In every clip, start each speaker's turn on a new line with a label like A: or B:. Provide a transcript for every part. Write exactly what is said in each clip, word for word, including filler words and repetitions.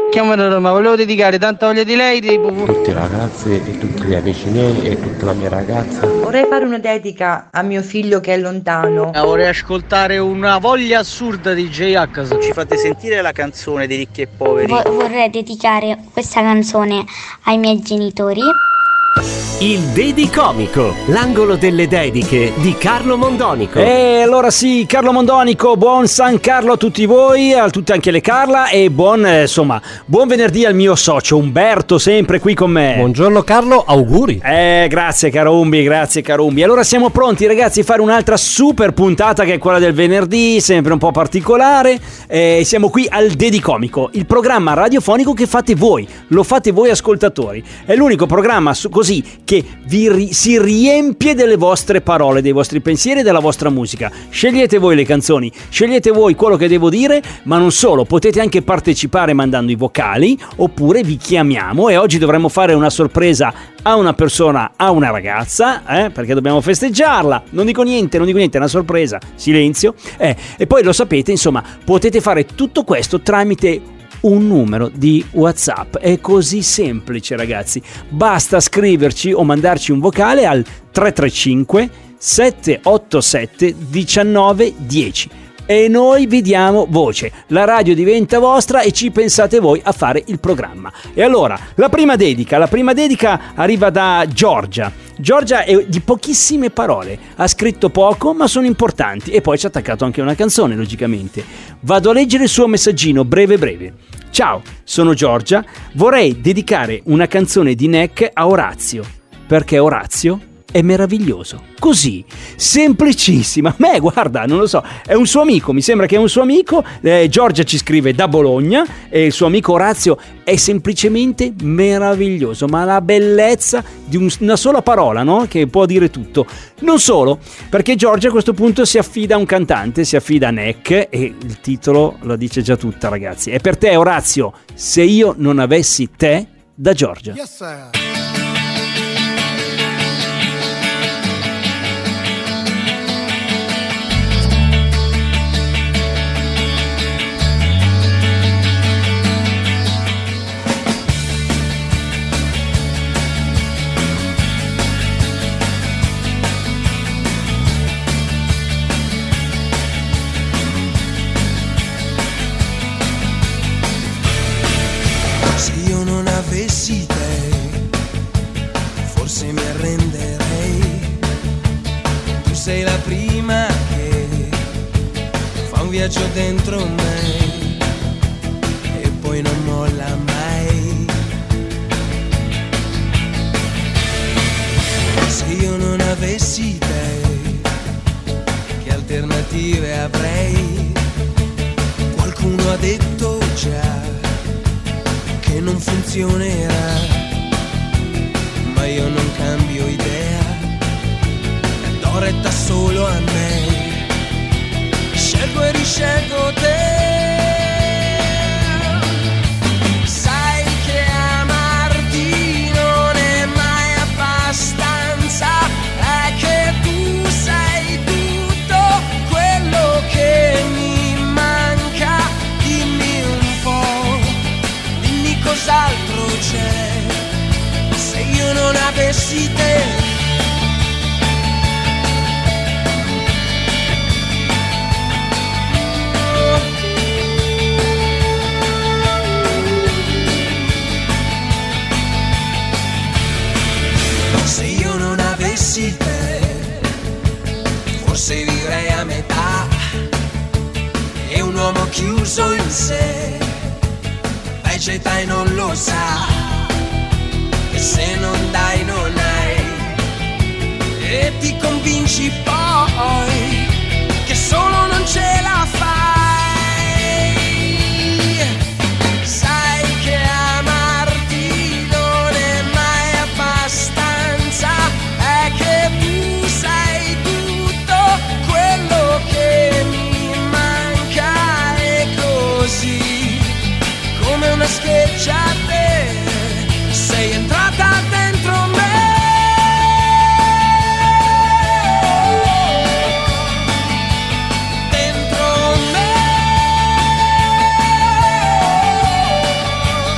A: Chiamano Roma, volevo dedicare tanta voglia di lei di...
B: tutte le ragazze e tutti gli amici miei e tutta la mia ragazza.
C: Vorrei fare una dedica a mio figlio che è lontano.
A: Vorrei ascoltare una voglia assurda di J-H.
D: Ci fate sentire la canzone di Ricchi e Poveri?
E: Vo- vorrei dedicare questa canzone ai miei genitori.
F: Il Dedicomico, l'angolo delle dediche di Carlo Mondonico.
G: E allora sì, Carlo Mondonico, buon San Carlo a tutti voi, a tutte anche le Carla, e buon, eh, insomma, buon venerdì al mio socio Umberto, sempre qui con me.
H: Buongiorno Carlo, auguri.
G: Eh, grazie caro Umbi, grazie caro Umbi. Allora siamo pronti ragazzi a fare un'altra super puntata che è quella del venerdì, sempre un po' particolare. Eh, siamo qui al Dedicomico, il programma radiofonico che fate voi, lo fate voi ascoltatori. È l'unico programma su, così che vi ri- si riempie delle vostre parole, dei vostri pensieri e della vostra musica. Scegliete voi le canzoni, scegliete voi quello che devo dire, ma non solo, potete anche partecipare mandando i vocali, oppure vi chiamiamo, e oggi dovremmo fare una sorpresa a una persona, a una ragazza, eh, perché dobbiamo festeggiarla. Non dico niente, non dico niente, è una sorpresa, silenzio. Eh, e poi lo sapete, insomma, potete fare tutto questo tramite un numero di WhatsApp. È così semplice ragazzi, basta scriverci o mandarci un vocale al tre tre cinque sette otto sette uno nove uno zero e noi vi diamo voce, la radio diventa vostra e ci pensate voi a fare il programma. E allora la prima dedica, la prima dedica arriva da Giorgia. Giorgia è di pochissime parole, ha scritto poco ma sono importanti, e poi ci ha attaccato anche una canzone logicamente. Vado a leggere il suo messaggino breve breve. Ciao, sono Giorgia, vorrei dedicare una canzone di Neck a Orazio, perché Orazio è meraviglioso. Così, semplicissima. A me, guarda, non lo so, è un suo amico, mi sembra che è un suo amico. eh, Giorgia ci scrive da Bologna e il suo amico Orazio è semplicemente meraviglioso, ma la bellezza di un, una sola parola, no? Che può dire tutto. Non solo, perché Giorgia a questo punto si affida a un cantante, si affida a Neck, e il titolo lo dice già tutta ragazzi. È per te Orazio, Se io non avessi te, da Giorgia.
I: Yes, sir.
J: Avessi te, forse mi arrenderei. Tu sei la prima che fa un viaggio dentro me e poi non molla mai. Se io non avessi te, che alternative avrei? Qualcuno ha detto già che non funzionerà, ma io non cambio idea, do retta solo a me, scelgo e riscelgo te. Sai che amarti non è mai abbastanza, è che tu sei tutto quello che mi manca. Dimmi un po', cos'altro c'è se io non avessi te? Se io non avessi te, forse vivrei a metà, e un uomo chiuso in sé vegeta e non lo sa, e se non dai non hai, e ti convinci poi che solo non ce la fai. Sai che amarti non è mai abbastanza, è che tu sei tutto quello che mi manca, e così come una scheggia a te sei entrata dentro me. Dentro me.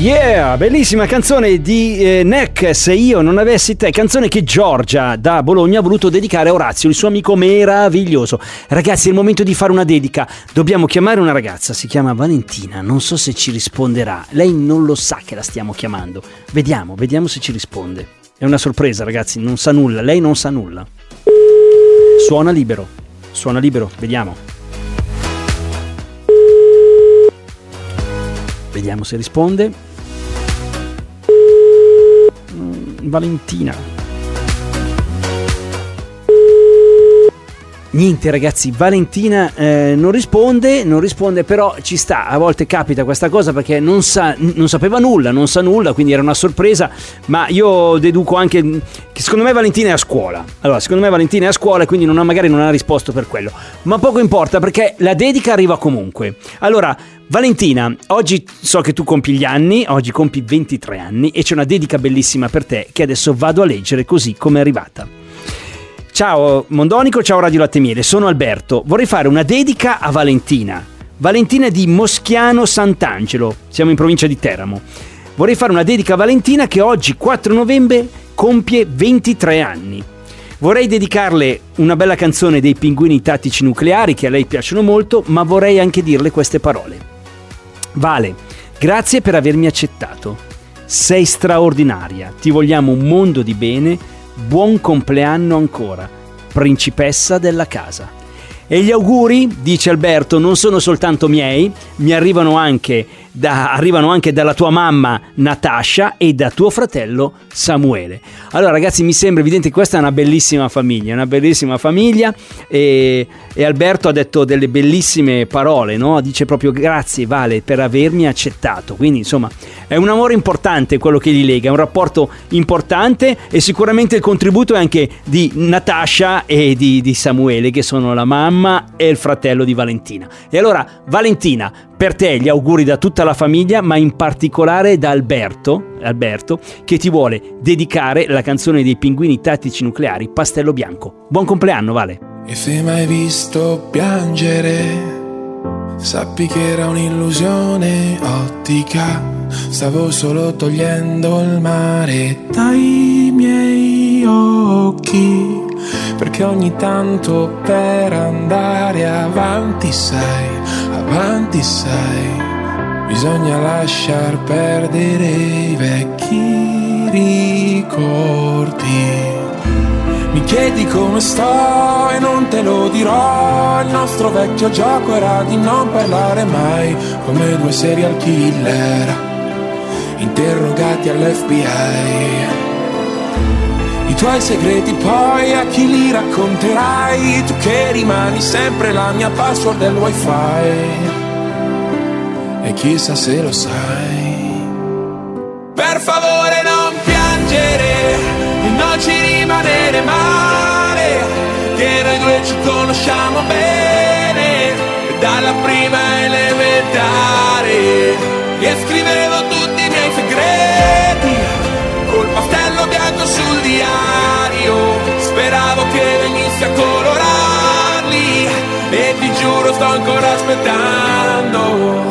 G: Yeah, bellissima canzone di eh, Neck, Se io non avessi te, canzone che Giorgia da Bologna ha voluto dedicare a Orazio, il suo amico meraviglioso. Ragazzi, è il momento di fare una dedica. Dobbiamo chiamare una ragazza, si chiama Valentina, non so se ci risponderà. Lei non lo sa che la stiamo chiamando. Vediamo, vediamo se ci risponde. È una sorpresa, ragazzi, non sa nulla, lei non sa nulla. Suona libero, suona libero, vediamo. Vediamo se risponde. Mm, Valentina. Niente ragazzi, Valentina eh, non risponde, non risponde, però ci sta, a volte capita questa cosa perché non sa, non sapeva nulla, non sa nulla, quindi era una sorpresa, ma io deduco anche che secondo me Valentina è a scuola. Allora, secondo me Valentina è a scuola e quindi non ha, magari non ha risposto per quello, ma poco importa perché la dedica arriva comunque. Allora, Valentina, oggi so che tu compi gli anni, oggi compi ventitré anni e c'è una dedica bellissima per te che adesso vado a leggere così come è arrivata. Ciao Mondonico, ciao Radio Latte Miele, sono Alberto. Vorrei fare una dedica a Valentina. Valentina di Moschiano Sant'Angelo, siamo in provincia di Teramo. Vorrei fare una dedica a Valentina che oggi, quattro novembre, compie ventitré anni. Vorrei dedicarle una bella canzone dei Pinguini Tattici Nucleari che a lei piacciono molto, ma vorrei anche dirle queste parole. Vale, grazie per avermi accettato. Sei straordinaria, ti vogliamo un mondo di bene. Buon compleanno ancora, principessa della casa. E gli auguri, dice Alberto, non sono soltanto miei, mi arrivano anche, da, arrivano anche dalla tua mamma Natascia e da tuo fratello Samuele. Allora ragazzi, mi sembra evidente che questa è una bellissima famiglia, una bellissima famiglia e, e Alberto ha detto delle bellissime parole, no? Dice proprio grazie Vale per avermi accettato, quindi insomma è un amore importante quello che li lega, è un rapporto importante e sicuramente il contributo è anche di Natascia e di, di Samuele che sono la mamma e il fratello di Valentina. E allora Valentina, per te gli auguri da tutta la famiglia, ma in particolare da Alberto, Alberto che ti vuole dedicare la canzone dei Pinguini Tattici Nucleari, Pastello Bianco. Buon compleanno Vale.
J: E se mai visto piangere, sappi che era un'illusione ottica, stavo solo togliendo il mare dai miei occhi, perché ogni tanto per andare avanti sai, avanti sai, bisogna lasciar perdere i vecchi ricordi. Mi chiedi come sto e non te lo dirò, il nostro vecchio gioco era di non parlare mai, come due serial killer interrogati all'F B I. I tuoi segreti poi a chi li racconterai, tu che rimani sempre la mia password del wifi, e chissà se lo sai. Per favore non piangere e non ci rimanere male, che noi due ci conosciamo bene dalla prima elementare, e scrivevo tutti i miei segreti col pastello bianco sul diario, speravo che venissi a colorarli e ti giuro sto ancora aspettando.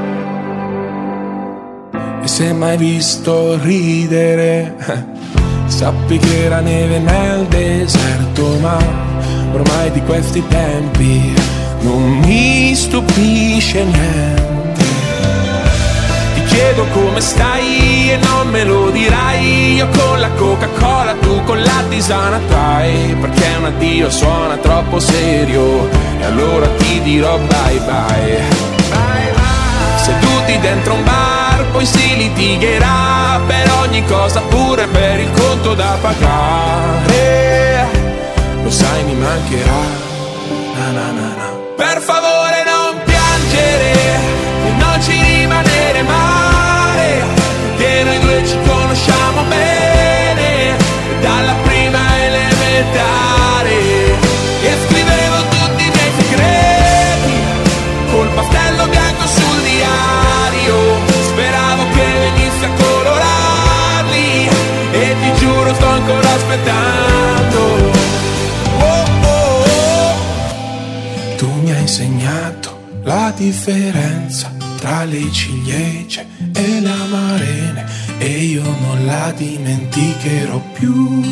J: E se mai visto ridere, sappi che era neve nel deserto, ma ormai di questi tempi non mi stupisce niente. Ti chiedo come stai e non me lo dirai, io con la Coca-Cola, tu con la tisana trai, perché un addio suona troppo serio e allora ti dirò bye bye. Bye bye. Seduti dentro un bar poi si litigherà per ogni cosa, pure per il conto da pagare, lo sai mi mancherà, na na na na. Per favore non piangere e non ci rimanere male, che noi due ci conosciamo bene dalla prima elementare, e scrivevo tutti i miei segreti col pastello bianco sul diario, speravo che venissi a colorarli e ti giuro sto ancora aspettando. Oh, oh, oh. Tu mi hai insegnato la differenza
H: tra le ciliegie e le amarene, e io non la dimenticherò più.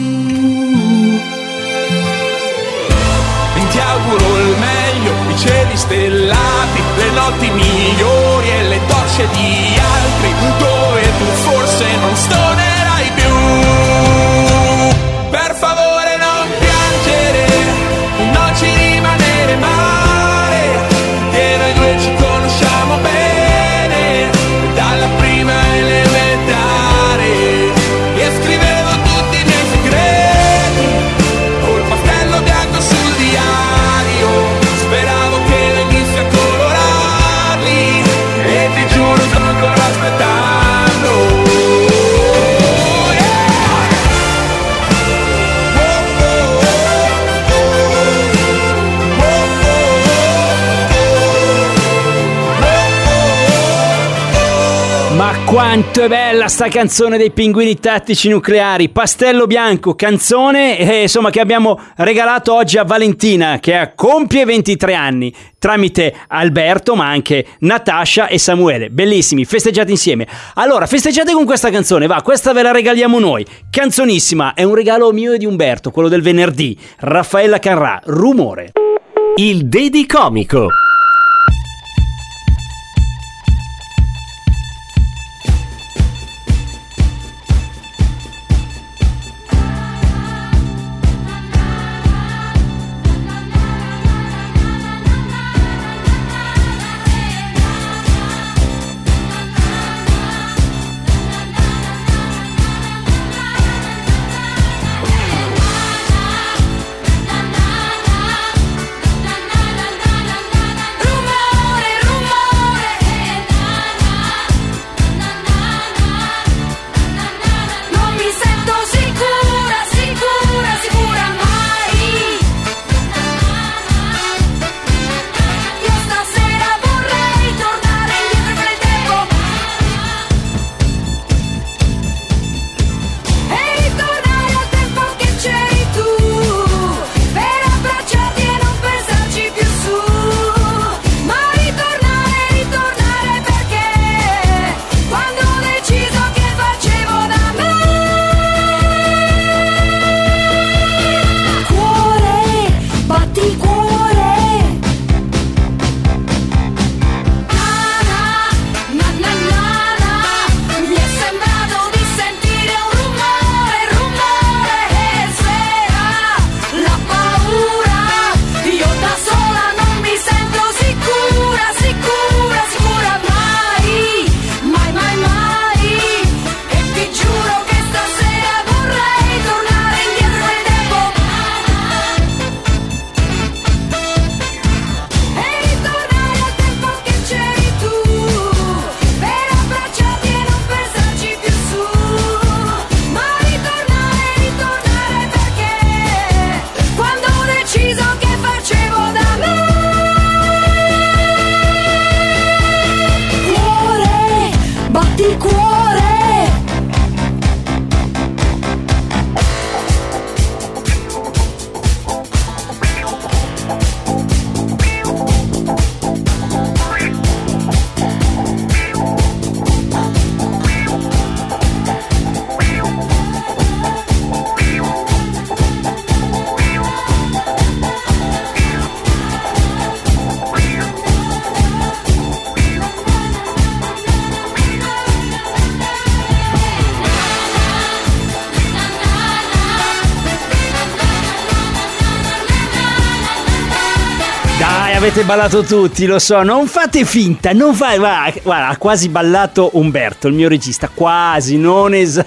J: Ti auguro il meglio, i cieli stellati, le notti migliori e le docce di altri, dove tu forse non stonerai più. Per favore non piangere, non ci rimanere male, che noi due ci conosciamo bene, dalla prima elementare, e scrivevo tutti i miei segreti, col pastello bianco sul diario, speravo che venissi a colorarli, e ti giuro sto ancora aspettando.
G: Ma quanto è bella sta canzone dei Pinguini Tattici Nucleari, Pastello Bianco, canzone eh, insomma che abbiamo regalato oggi a Valentina, che compie ventitré anni, tramite Alberto ma anche Natascia e Samuele. Bellissimi, festeggiate insieme. Allora festeggiate con questa canzone, va, questa ve la regaliamo noi, canzonissima, è un regalo mio e di Umberto, quello del venerdì. Raffaella Carrà, Rumore.
F: Il Dedicomico.
G: Avete ballato tutti, lo so, non fate finta, non fate, guarda, guarda, ha quasi ballato Umberto, il mio regista, quasi, non, es-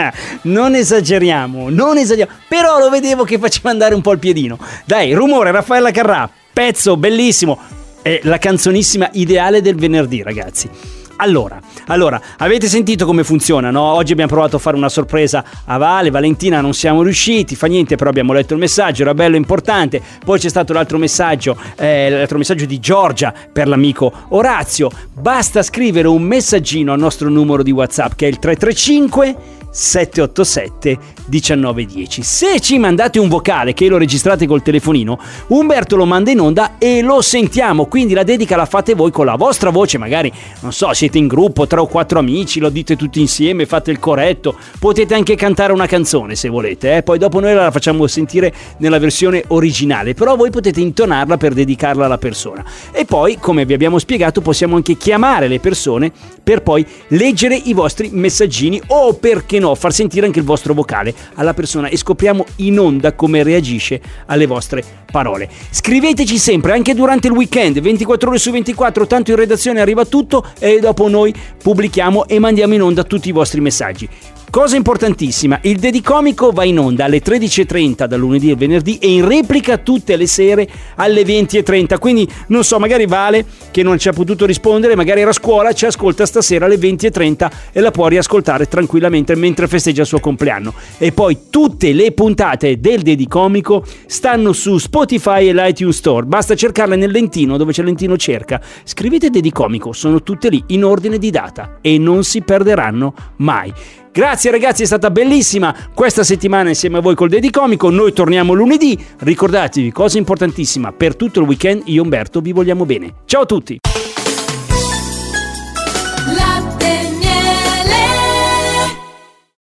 G: non esageriamo, non esageriamo, però lo vedevo che faceva andare un po' il piedino. Dai, Rumore, Raffaella Carrà, pezzo bellissimo, è la canzonissima ideale del venerdì, ragazzi. Allora, allora, avete sentito come funziona, no? Oggi abbiamo provato a fare una sorpresa a Vale, Valentina non siamo riusciti, fa niente, però abbiamo letto il messaggio, era bello, importante. Poi c'è stato l'altro messaggio, eh, l'altro messaggio di Giorgia per l'amico Orazio. Basta scrivere un messaggino al nostro numero di WhatsApp che è il tre tre cinque sette otto sette uno nove uno zero. Se ci mandate un vocale che lo registrate col telefonino, Umberto lo manda in onda e lo sentiamo, quindi la dedica la fate voi con la vostra voce, magari non so, siete in gruppo, tre o quattro amici, lo dite tutti insieme, fate il corretto, potete anche cantare una canzone se volete, eh? Poi dopo noi la facciamo sentire nella versione originale, però voi potete intonarla per dedicarla alla persona. E poi, come vi abbiamo spiegato, possiamo anche chiamare le persone per poi leggere i vostri messaggini o, perché no, far sentire anche il vostro vocale alla persona e scopriamo in onda come reagisce alle vostre parole. Scriveteci sempre, anche durante il weekend, ventiquattro ore su ventiquattro, tanto in redazione arriva tutto e dopo noi pubblichiamo e mandiamo in onda tutti i vostri messaggi. Cosa importantissima, il Dedicomico va in onda alle tredici e trenta dal lunedì al venerdì e in replica tutte le sere alle venti e trenta, quindi non so, magari Vale, che non ci ha potuto rispondere, magari era a scuola, ci ascolta stasera alle venti e trenta e la può riascoltare tranquillamente mentre festeggia il suo compleanno. E poi tutte le puntate del Dedicomico stanno su Spotify e l'iTunes Store, basta cercarle nel lentino, dove c'è il lentino cerca, scrivete Dedicomico, sono tutte lì in ordine di data e non si perderanno mai. Grazie ragazzi, è stata bellissima questa settimana insieme a voi col Dedicomico. Noi torniamo lunedì. Ricordatevi, cosa importantissima, per tutto il weekend io e Umberto vi vogliamo bene. Ciao a tutti!